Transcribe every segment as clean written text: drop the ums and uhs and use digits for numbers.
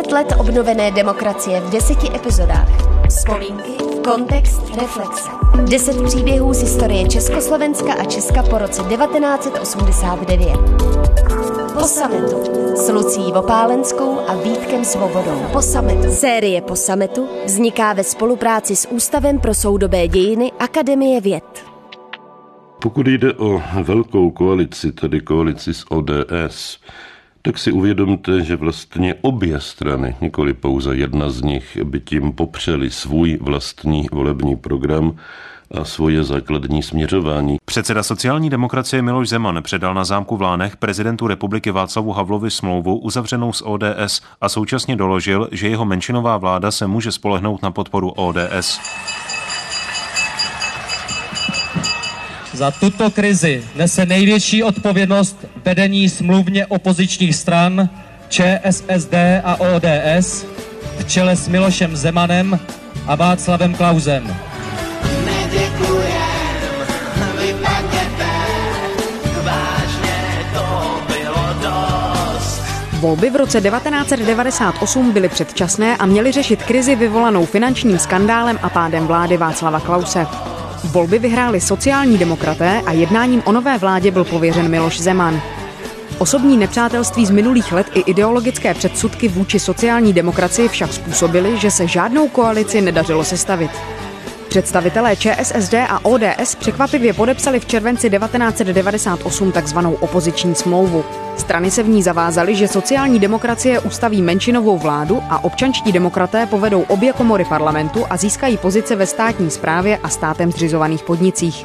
10 let obnovené demokracie v 10 epizodách. Vzpomínky, kontext, reflexe. 10 příběhů z historie Československa a Česka po roce 1989. Po sametu s Lucí Vopálenskou a Vítkem Svobodou. Po sametu. Série Po sametu vzniká ve spolupráci s Ústavem pro soudobé dějiny Akademie věd. Pokud jde o velkou koalici, tedy koalici s ODS, tak si uvědomte, že vlastně obě strany, nikoli pouze jedna z nich, by tím popřeli svůj vlastní volební program a svoje základní směřování. Předseda sociální demokracie Miloš Zeman předal na zámku v Lánech prezidentu republiky Václavu Havlovi smlouvu uzavřenou s ODS a současně doložil, že jeho menšinová vláda se může spolehnout na podporu ODS. Za tuto krizi nese největší odpovědnost vedení smluvně opozičních stran ČSSD a ODS v čele s Milošem Zemanem a Václavem Klausem. Volby v roce 1998 byly předčasné a měly řešit krizi vyvolanou finančním skandálem a pádem vlády Václava Klause. Volby vyhráli sociální demokraté a jednáním o nové vládě byl pověřen Miloš Zeman. Osobní nepřátelství z minulých let i ideologické předsudky vůči sociální demokracii však způsobily, že se žádnou koalici nedařilo sestavit. Představitelé ČSSD a ODS překvapivě podepsali v červenci 1998 takzvanou opoziční smlouvu. Strany se v ní zavázaly, že sociální demokracie ustaví menšinovou vládu a občanští demokraté povedou obě komory parlamentu a získají pozice ve státní správě a státem zřizovaných podnicích.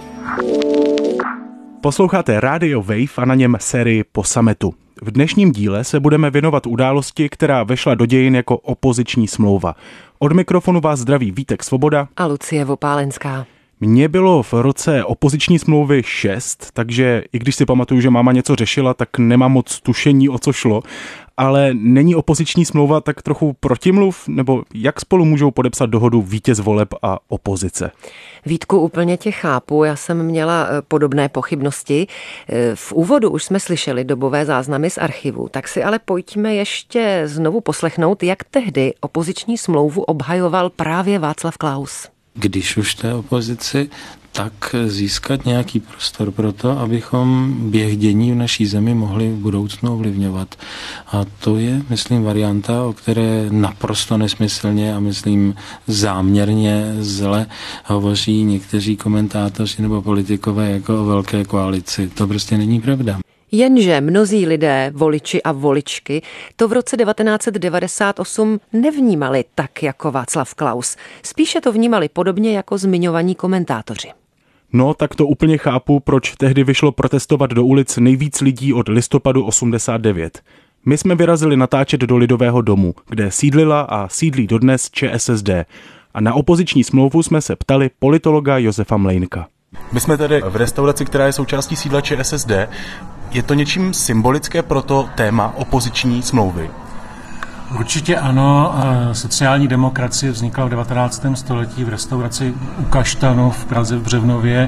Posloucháte Radio Wave a na něm sérii Po sametu. V dnešním díle se budeme věnovat události, která vešla do dějin jako opoziční smlouva. Od mikrofonu vás zdraví Vítek Svoboda a Lucie Vopálenská. Mně bylo v roce opoziční smlouvy 6, takže i když si pamatuju, že máma něco řešila, tak nemám moc tušení, o co šlo. Ale není opoziční smlouva tak trochu protimluv? Nebo jak spolu můžou podepsat dohodu vítěz voleb a opozice? Vítku, úplně tě chápu, já jsem měla podobné pochybnosti. V úvodu už jsme slyšeli dobové záznamy z archivu, tak si ale pojďme ještě znovu poslechnout, jak tehdy opoziční smlouvu obhajoval právě Václav Klaus. Když už té opozici, tak získat nějaký prostor pro to, abychom běh dění v naší zemi mohli v budoucnu ovlivňovat. A to je, myslím, varianta, o které naprosto nesmyslně a myslím záměrně zle hovoří někteří komentátoři nebo politikové jako o velké koalici. To prostě není pravda. Jenže mnozí lidé, voliči a voličky, to v roce 1998 nevnímali tak jako Václav Klaus. Spíše to vnímali podobně jako zmiňovaní komentátoři. No, tak to úplně chápu, proč tehdy vyšlo protestovat do ulic nejvíc lidí od listopadu 89. My jsme vyrazili natáčet do Lidového domu, kde sídlila a sídlí dodnes ČSSD. A na opoziční smlouvu jsme se ptali politologa Josefa Mlejnka. My jsme tady v restauraci, která je součástí sídla ČSSD. Je to něčím symbolické pro to téma opoziční smlouvy? Určitě ano. Sociální demokracie vznikla v 19. století v restauraci u Kaštanu v Praze v Břevnově.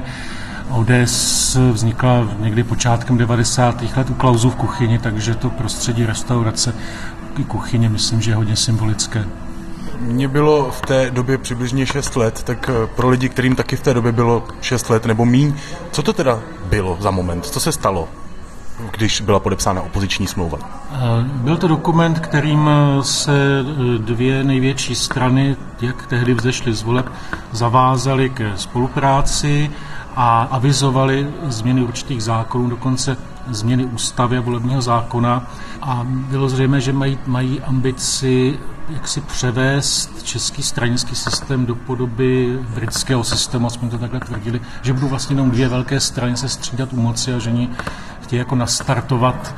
ODS vznikla někdy počátkem 90. let u Klausů v kuchyni, takže to prostředí restaurace i kuchyně myslím, že je hodně symbolické. Mně bylo v té době přibližně 6 let, tak pro lidi, kterým taky v té době bylo 6 let nebo míň, co to teda bylo za moment? Co se stalo, když byla podepsána opoziční smlouva? Byl to dokument, kterým se dvě největší strany, jak tehdy vzešly z voleb, zavázaly ke spolupráci a avizovali změny určitých zákonů, dokonce změny ústavy a volebního zákona. A bylo zřejmé, že mají ambici jak si převést český stranický systém do podoby britského systému, aspoň to takhle tvrdili, že budou vlastně jenom dvě velké strany se střídat u moci a že oni chtějí jako nastartovat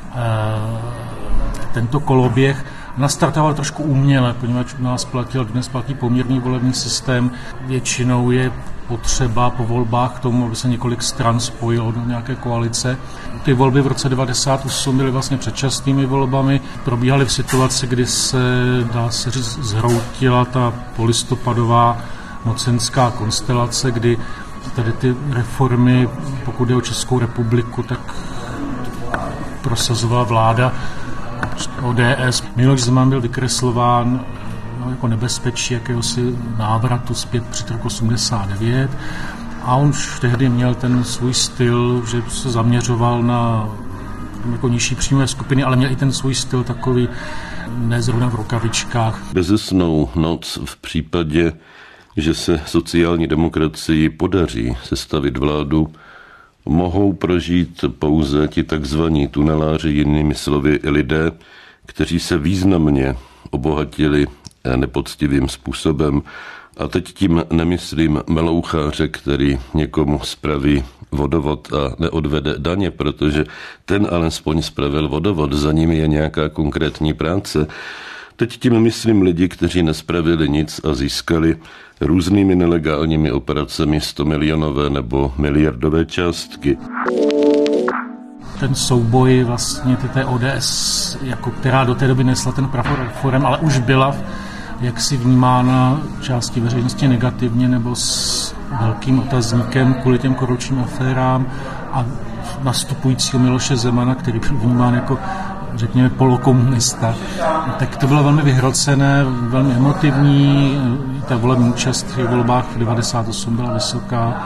tento koloběh. Nastartoval trošku uměle, poněvadž u nás dnes platí poměrný volební systém. Většinou je potřeba po volbách k tomu, aby se několik stran spojilo do nějaké koalice. Ty volby v roce 1998 byly vlastně předčasnými volbami. Probíhaly v situaci, kdy se, dá se říct, zhroutila ta polistopadová mocenská konstelace, kdy tady ty reformy, pokud jde o Českou republiku, tak prosazovala vláda ODS. Miloš Zeman byl vykreslován jako nebezpečí jakéhosi návratu zpět před roku 89 a on už tehdy měl ten svůj styl, že se zaměřoval na jako nižší příjmové skupiny, ale měl i ten svůj styl takový nezrovna v rukavičkách. Bezesnou noc v případě, že se sociální demokracii podaří sestavit vládu, mohou prožít pouze ti takzvaní tuneláři, jinými slovy lidé, kteří se významně obohatili nepoctivým způsobem. A teď tím nemyslím meloucháře, který někomu spraví vodovod a neodvede daně, protože ten alespoň spravil vodovod, za ním je nějaká konkrétní práce. Teď tím myslím lidi, kteří nespravili nic a získali různými nelegálními operacemi 100 milionové nebo miliardové částky. Ten souboj vlastně té ODS, jako která do té doby nesla ten praporem, ale už byla jaksi vnímána části veřejnosti negativně nebo s velkým otazníkem kvůli těm korupčním aférám a nastupujícího Miloše Zemana, který byl vnímán jako, řekněme, polokomunista. Tak to bylo velmi vyhrocené, velmi emotivní, ta volební účast v volbách v 98 byla vysoká.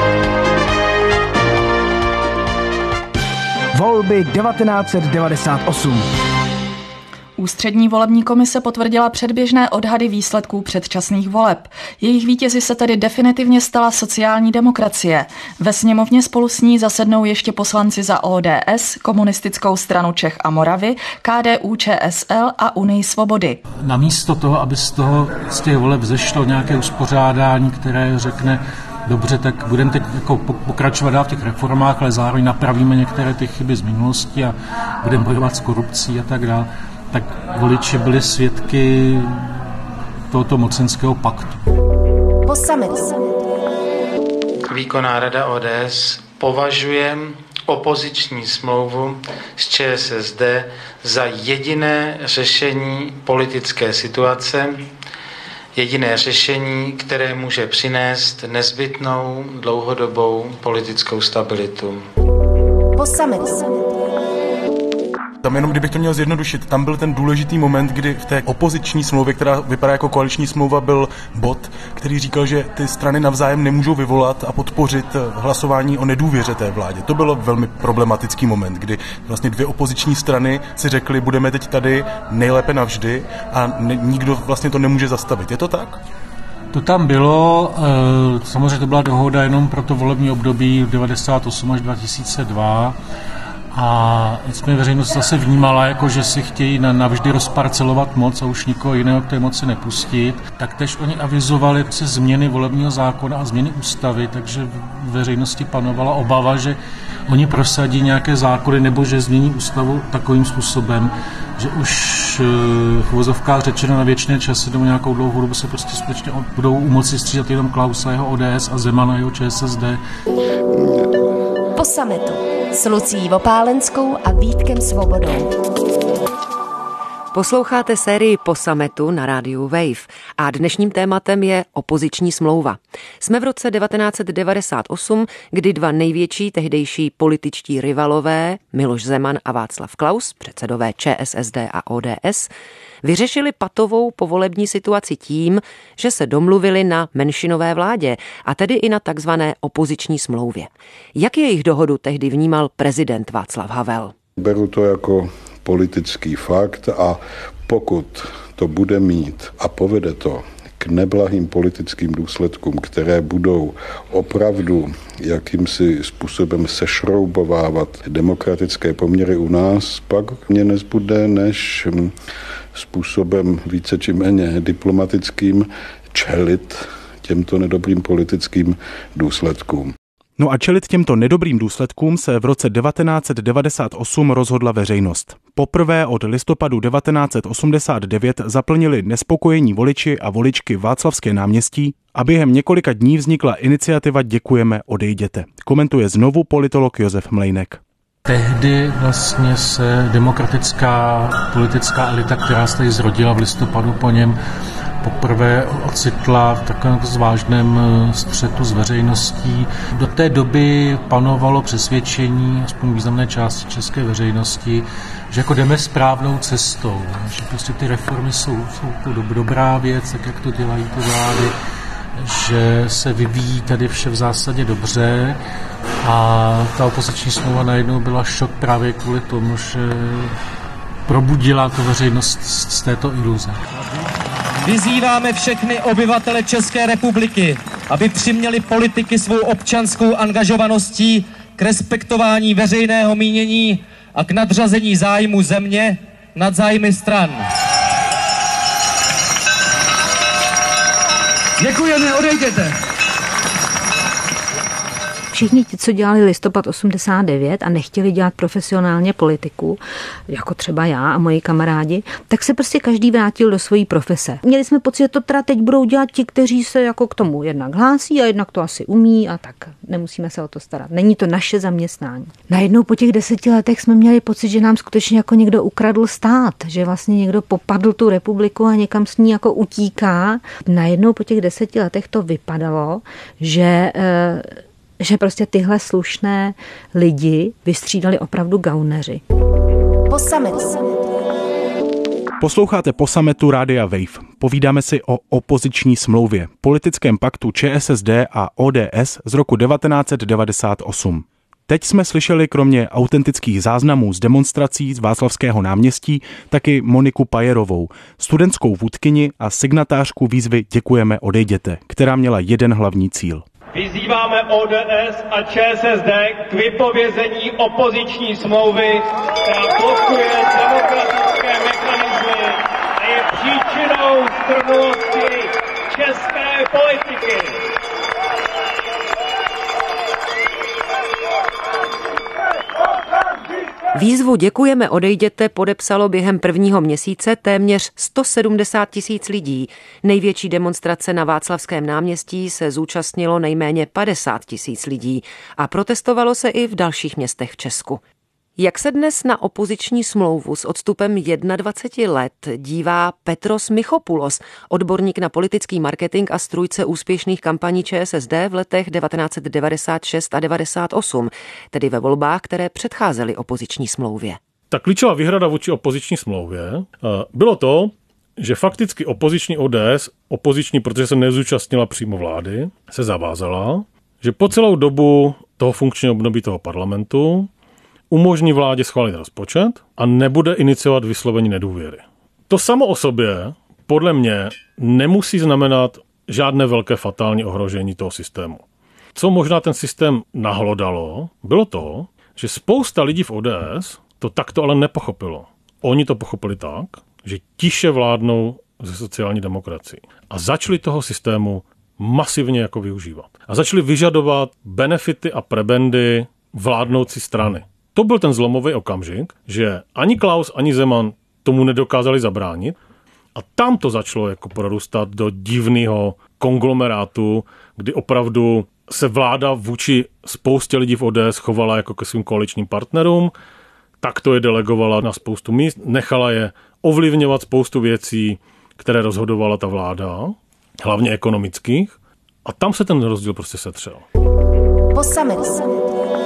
Volby 1998. Ústřední volební komise potvrdila předběžné odhady výsledků předčasných voleb. Jejich vítězi se tedy definitivně stala sociální demokracie. Ve sněmovně spolu s ní zasednou ještě poslanci za ODS, Komunistickou stranu Čech a Moravy, KDU, ČSL a Unii svobody. Namísto toho, aby z těch voleb vzešlo nějaké uspořádání, které řekne, dobře, tak budeme teď jako pokračovat dál v těch reformách, ale zároveň napravíme některé ty chyby z minulosti a budeme bojovat s korupcí a tak dále, tak voliči byli svědky tohoto mocenského paktu. Po summitu. Výkonná rada ODS považuje opoziční smlouvu s ČSSD za jediné řešení politické situace, jediné řešení, které může přinést nezbytnou dlouhodobou politickou stabilitu. Po summitu. Tam jenom, kdybych to měl zjednodušit, tam byl ten důležitý moment, kdy v té opoziční smlouvě, která vypadá jako koaliční smlouva, byl bod, který říkal, že ty strany navzájem nemůžou vyvolat a podpořit hlasování o nedůvěře té vládě. To byl velmi problematický moment, kdy vlastně dvě opoziční strany si řekly, budeme teď tady nejlépe navždy a nikdo vlastně to nemůže zastavit. Je to tak? To tam bylo, samozřejmě to byla dohoda jenom pro to volební období 98 až 2002. A nicméně veřejnost zase vnímala, jako že si chtějí navždy rozparcelovat moc a už nikoho jiného k té moci nepustit. Tak tež oni avizovali se změny volebního zákona a změny ústavy, takže v veřejnosti panovala obava, že oni prosadí nějaké zákony nebo že změní ústavu takovým způsobem, že už v uvozovkách řečeno na věčné časy nebo nějakou dlouhou dobu se prostě skutečně budou u moci střídat jenom Klaus a jeho ODS a Zeman a jeho ČSSD. Po summitu s Lucí Vopálenskou a Vítkem Svobodou. Posloucháte sérii Po summitu na rádiu Wave a dnešním tématem je opoziční smlouva. Jsme v roce 1998, kdy dva největší tehdejší političtí rivalové, Miloš Zeman a Václav Klaus, předsedové ČSSD a ODS, vyřešili patovou povolební situaci tím, že se domluvili na menšinové vládě, a tedy i na takzvané opoziční smlouvě. Jak jejich dohodu tehdy vnímal prezident Václav Havel? Beru to jako politický fakt a pokud to bude mít a povede to k neblahým politickým důsledkům, které budou opravdu jakýmsi způsobem sešroubovávat demokratické poměry u nás, pak mě nezbude než způsobem více či méně diplomatickým čelit těmto nedobrým politickým důsledkům. No a čelit těmto nedobrým důsledkům se v roce 1998 rozhodla veřejnost. Poprvé od listopadu 1989 zaplnili nespokojení voliči a voličky Václavské náměstí a během několika dní vznikla iniciativa Děkujeme, odejděte. Komentuje znovu politolog Josef Mlejnek. Tehdy vlastně se demokratická politická elita, která se tady zrodila v listopadu po něm, poprvé ocitla v takovém vážném střetu s veřejností. Do té doby panovalo přesvědčení, aspoň významné části české veřejnosti, že jako jdeme správnou cestou, že prostě ty reformy jsou dobrá věc, tak jak to dělají ty vlády, že se vyvíjí tady vše v zásadě dobře a ta opoziční smlouva najednou byla šok právě kvůli tomu, že probudila tu veřejnost z této iluze. Vyzýváme všechny obyvatele České republiky, aby přiměli politiky svou občanskou angažovaností k respektování veřejného mínění a k nadřazení zájmu země nad zájmy stran. Děkujeme, odejděte. Všichni ti, co dělali listopad 89 a nechtěli dělat profesionálně politiku, jako třeba já a moji kamarádi, tak se prostě každý vrátil do své profese. Měli jsme pocit, že to teda teď budou dělat ti, kteří se jako k tomu jednak hlásí a jednak to asi umí a tak nemusíme se o to starat. Není to naše zaměstnání. Najednou po těch 10 letech jsme měli pocit, že nám skutečně jako někdo ukradl stát, že vlastně někdo popadl tu republiku a někam s ní jako utíká. Najednou po těch 10 letech to vypadalo, že prostě tyhle slušné lidi vystřídali opravdu gauneři. Po sametu. Posloucháte Po sametu Rádia Wave. Povídáme si o opoziční smlouvě, politickém paktu ČSSD a ODS z roku 1998. Teď jsme slyšeli kromě autentických záznamů z demonstrací z Václavského náměstí taky Moniku Pajerovou, studentskou vůdkyni a signatářku výzvy Děkujeme, odejděte, která měla jeden hlavní cíl. Vyzýváme ODS a ČSSD k vypovězení opoziční smlouvy, která blokuje demokratické mechanismy a je příčinou strnulosti české politiky. Výzvu Děkujeme, odejděte podepsalo během prvního měsíce téměř 170 000 lidí. Největší demonstrace na Václavském náměstí se zúčastnilo nejméně 50 000 lidí a protestovalo se i v dalších městech v Česku. Jak se dnes na opoziční smlouvu s odstupem 21 let dívá Petros Michopoulos, odborník na politický marketing a strůjce úspěšných kampaní ČSSD v letech 1996 a 98, tedy ve volbách, které předcházely opoziční smlouvě? Ta klíčová výhrada vůči opoziční smlouvě bylo to, že fakticky opoziční ODS, protože se nezúčastnila přímo vlády, se zavázala, že po celou dobu toho funkčního období toho parlamentu umožní vládě schválit rozpočet a nebude iniciovat vyslovení nedůvěry. To samo o sobě podle mě nemusí znamenat žádné velké fatální ohrožení toho systému. Co možná ten systém nahlodalo, bylo to, že spousta lidí v ODS to takto ale nepochopilo. Oni to pochopili tak, že tiše vládnou ze sociální demokracii a začali toho systému masivně jako využívat. A začali vyžadovat benefity a prebendy vládnoucí strany. To byl ten zlomový okamžik, že ani Klaus, ani Zeman tomu nedokázali zabránit a tam to začalo jako prorůstat do divného konglomerátu, kdy opravdu se vláda vůči spoustě lidí v ODS chovala jako ke svým koaličním partnerům, tak to je delegovala na spoustu míst, nechala je ovlivňovat spoustu věcí, které rozhodovala ta vláda, hlavně ekonomických, a tam se ten rozdíl prostě setřel. Po sametu.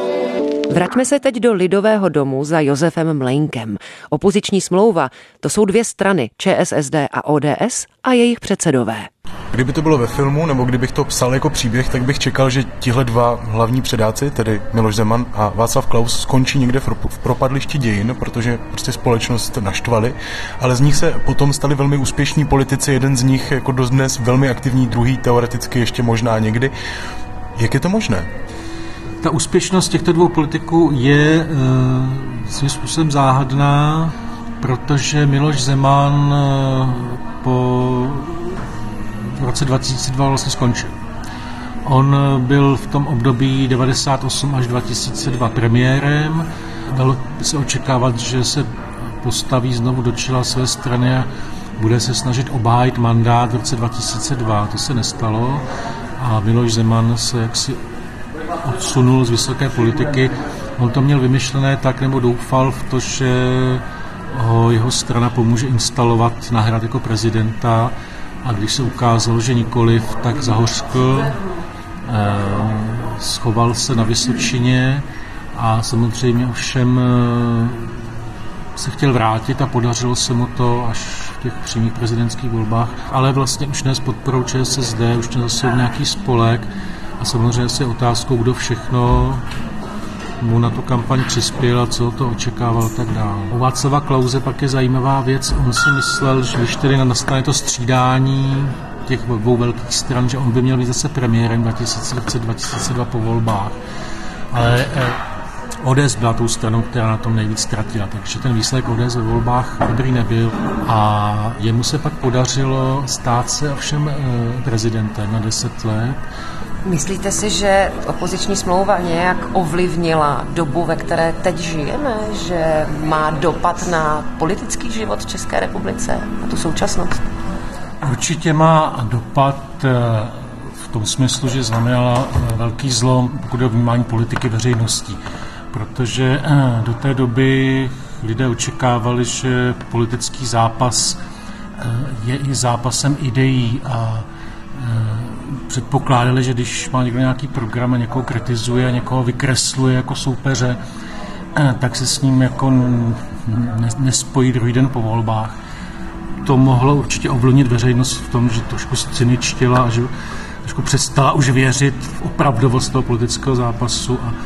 Vraťme se teď do Lidového domu za Josefem Mlejnkem. Opoziční smlouva, to jsou dvě strany, ČSSD a ODS a jejich předsedové. Kdyby to bylo ve filmu, nebo kdybych to psal jako příběh, tak bych čekal, že tihle dva hlavní předáci, tedy Miloš Zeman a Václav Klaus, skončí někde v propadlišti dějin, protože prostě společnost naštvali, ale z nich se potom stali velmi úspěšní politici, jeden z nich jako dodnes velmi aktivní, druhý teoreticky ještě možná někdy. Jak je to možné? Ta úspěšnost těchto dvou politiků je svým způsobem záhadná, protože Miloš Zeman v roce 2002 vlastně skončil. On byl v tom období 98 až 2002 premiérem. Dalo se očekávat, že se postaví znovu do čela své strany a bude se snažit obhájit mandát v roce 2002. To se nestalo a Miloš Zeman se jaksi odsunul z vysoké politiky. On to měl vymyšlené tak, nebo doufal v to, že ho jeho strana pomůže instalovat na hrad jako prezidenta a když se ukázalo, že nikoliv, tak zahořkl, schoval se na Vysočině a samozřejmě ovšem se chtěl vrátit a podařilo se mu to až v těch přímých prezidentských volbách, ale vlastně už ne s podporou ČSSD, už to zase nějaký spolek a samozřejmě si otázkou, kdo všechno mu na tu kampaň přispěl a co to očekával tak dále. U Václava Klause pak je zajímavá věc, on si myslel, že když tedy nastane to střídání těch dvou velkých stran, že on by měl být zase premiérem 2002 po volbách, ale ODS byla tou stranou, která na tom nejvíc ztratila, takže ten výsledek ODS ve volbách dobrý nebyl a jemu se pak podařilo stát se ovšem prezidentem na 10 let. Myslíte si, že opoziční smlouva nějak ovlivnila dobu, ve které teď žijeme, že má dopad na politický život v České republice, na tu současnost? Určitě má dopad v tom smyslu, že znamenala velký zlom, pokud je o vnímání politiky veřejností. Protože do té doby lidé očekávali, že politický zápas je i zápasem ideí a předpokládali, že když má někdo nějaký program a někoho kritizuje a někoho vykresluje jako soupeře, tak se s ním jako nespojí druhý den po volbách. To mohlo určitě ovlivnit veřejnost v tom, že trošku cyničtila a že trošku přestala už věřit v opravdovost toho politického zápasu a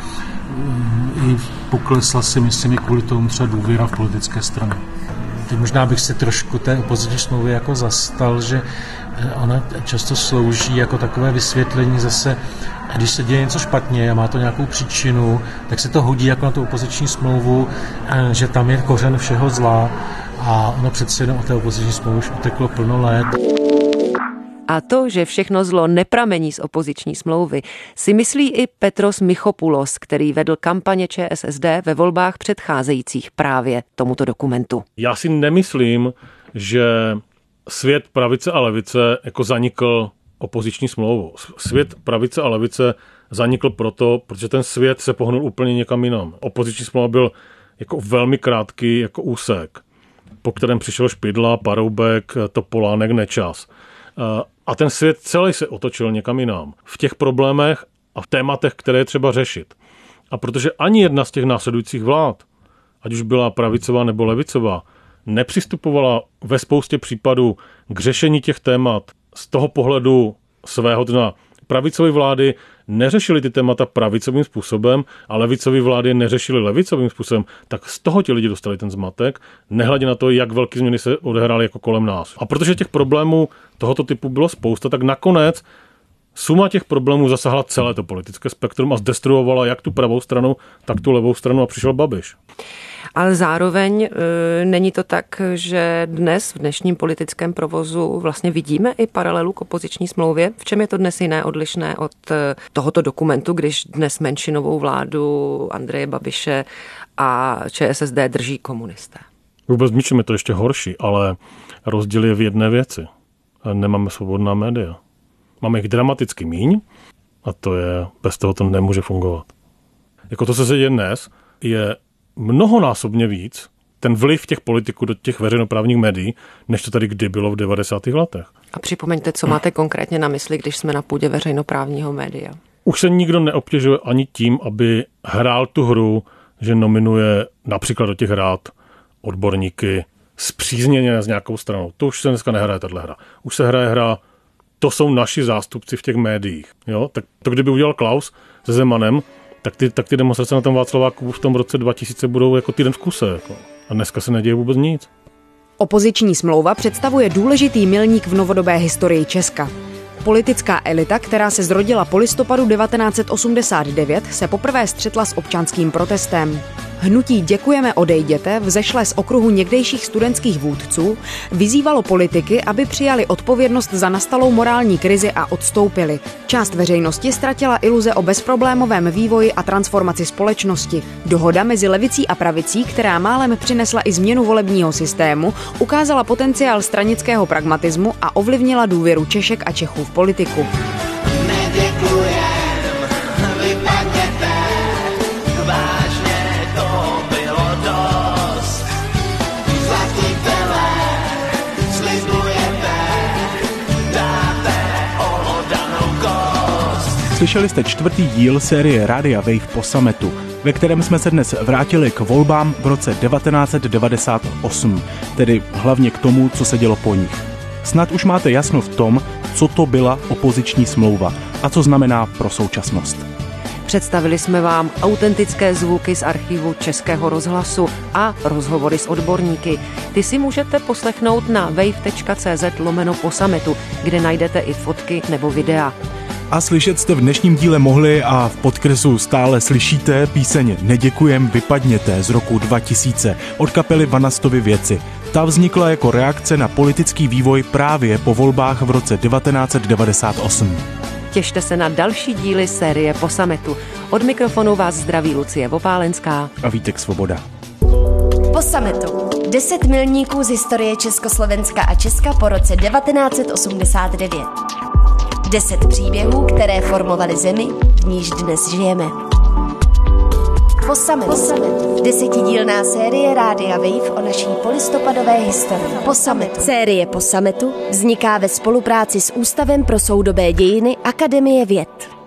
i poklesla si, myslím, i kvůli tomu třeba důvěra v politické strany. Teď možná bych se trošku té opoziční smlouvy jako zastal, že ona často slouží jako takové vysvětlení zase, když se děje něco špatně a má to nějakou příčinu, tak se to hodí jako na tu opoziční smlouvu, že tam je kořen všeho zla a ono přece jenom o té opoziční smlouvy už uteklo plno let. A to, že všechno zlo nepramení z opoziční smlouvy, si myslí i Petros Michopoulos, který vedl kampaně ČSSD ve volbách předcházejících právě tomuto dokumentu. Já si nemyslím, že svět pravice a levice jako zanikl opoziční smlouvou. Svět pravice a levice zanikl proto, protože ten svět se pohnul úplně někam jinam. Opoziční smlouva byl jako velmi krátký jako úsek, po kterém přišel Špidla, Paroubek, Topolánek, Nečas. A ten svět celý se otočil někam jinam. V těch problémech a v tématech, které je třeba řešit. A protože ani jedna z těch následujících vlád, ať už byla pravicová nebo levicová, nepřistupovala ve spoustě případů k řešení těch témat z toho pohledu svého dna. Pravicové vlády neřešily ty témata pravicovým způsobem a levicové vlády neřešily levicovým způsobem, tak z toho ti lidi dostali ten zmatek, nehledě na to, jak velké změny se odehrály jako kolem nás. A protože těch problémů tohoto typu bylo spousta, tak nakonec suma těch problémů zasahla celé to politické spektrum a zdestruovala jak tu pravou stranu, tak tu levou stranu a přišel Babiš. Ale zároveň není to tak, že dnes v dnešním politickém provozu vlastně vidíme i paralelu k opoziční smlouvě. V čem je to dnes jiné, odlišné od tohoto dokumentu, když dnes menšinovou vládu Andreje Babiše a ČSSD drží komunisté? Vůbec ničím je to ještě horší, ale rozdíl je v jedné věci. Nemáme svobodná média. Máme jich dramaticky míň a to je, bez toho to nemůže fungovat. Jako to, co se děje dnes, je mnohonásobně víc ten vliv těch politiků do těch veřejnoprávních médií, než to tady kdy bylo v 90. letech. A připomeňte, co máte konkrétně na mysli, když jsme na půdě veřejnoprávního média. Už se nikdo neobtěžuje ani tím, aby hrál tu hru, že nominuje například do těch rád odborníky spřízněně s nějakou stranou. To už se dneska nehraje tato hra. Už se hraje hra, to jsou naši zástupci v těch médiích. Jo? Tak to, kdyby udělal Klaus se Zemanem, tak ty demonstrace na tom Václaváku v tom roce 2000 budou jako týden v kuse. Jako. A dneska se neděje vůbec nic. Opoziční smlouva představuje důležitý milník v novodobé historii Česka. Politická elita, která se zrodila po listopadu 1989, se poprvé střetla s občanským protestem. Hnutí Děkujeme, odejděte, vzešlé z okruhu někdejších studentských vůdců, vyzývalo politiky, aby přijali odpovědnost za nastalou morální krizi a odstoupili. Část veřejnosti ztratila iluze o bezproblémovém vývoji a transformaci společnosti. Dohoda mezi levicí a pravicí, která málem přinesla i změnu volebního systému, ukázala potenciál stranického pragmatismu a ovlivnila důvěru Češek a Čechů v politiku. Slyšeli jste 4. díl série Rádia Wave po summitu, ve kterém jsme se dnes vrátili k volbám v roce 1998, tedy hlavně k tomu, co se dělo po nich. Snad už máte jasno v tom, co to byla opoziční smlouva a co znamená pro současnost. Představili jsme vám autentické zvuky z archivu Českého rozhlasu a rozhovory s odborníky. Ty si můžete poslechnout na wave.cz/po summitu, kde najdete i fotky nebo videa. A slyšet jste v dnešním díle mohli a v podkresu stále slyšíte píseň Neděkujem, vypadněte z roku 2000 od kapely Vanastovy věci. Ta vznikla jako reakce na politický vývoj právě po volbách v roce 1998. Těšte se na další díly série Po summitu. Od mikrofonu vás zdraví Lucie Vopálenská a Vítek Svoboda. Po summitu. 10 milníků z historie Československa a Česka po roce 1989. 10 příběhů, které formovaly zemi, v níž dnes žijeme. Po summitu. 10dílná série Rádia Wave o naší polistopadové historii. Po summitu. Série Po summitu vzniká ve spolupráci s Ústavem pro soudobé dějiny Akademie věd.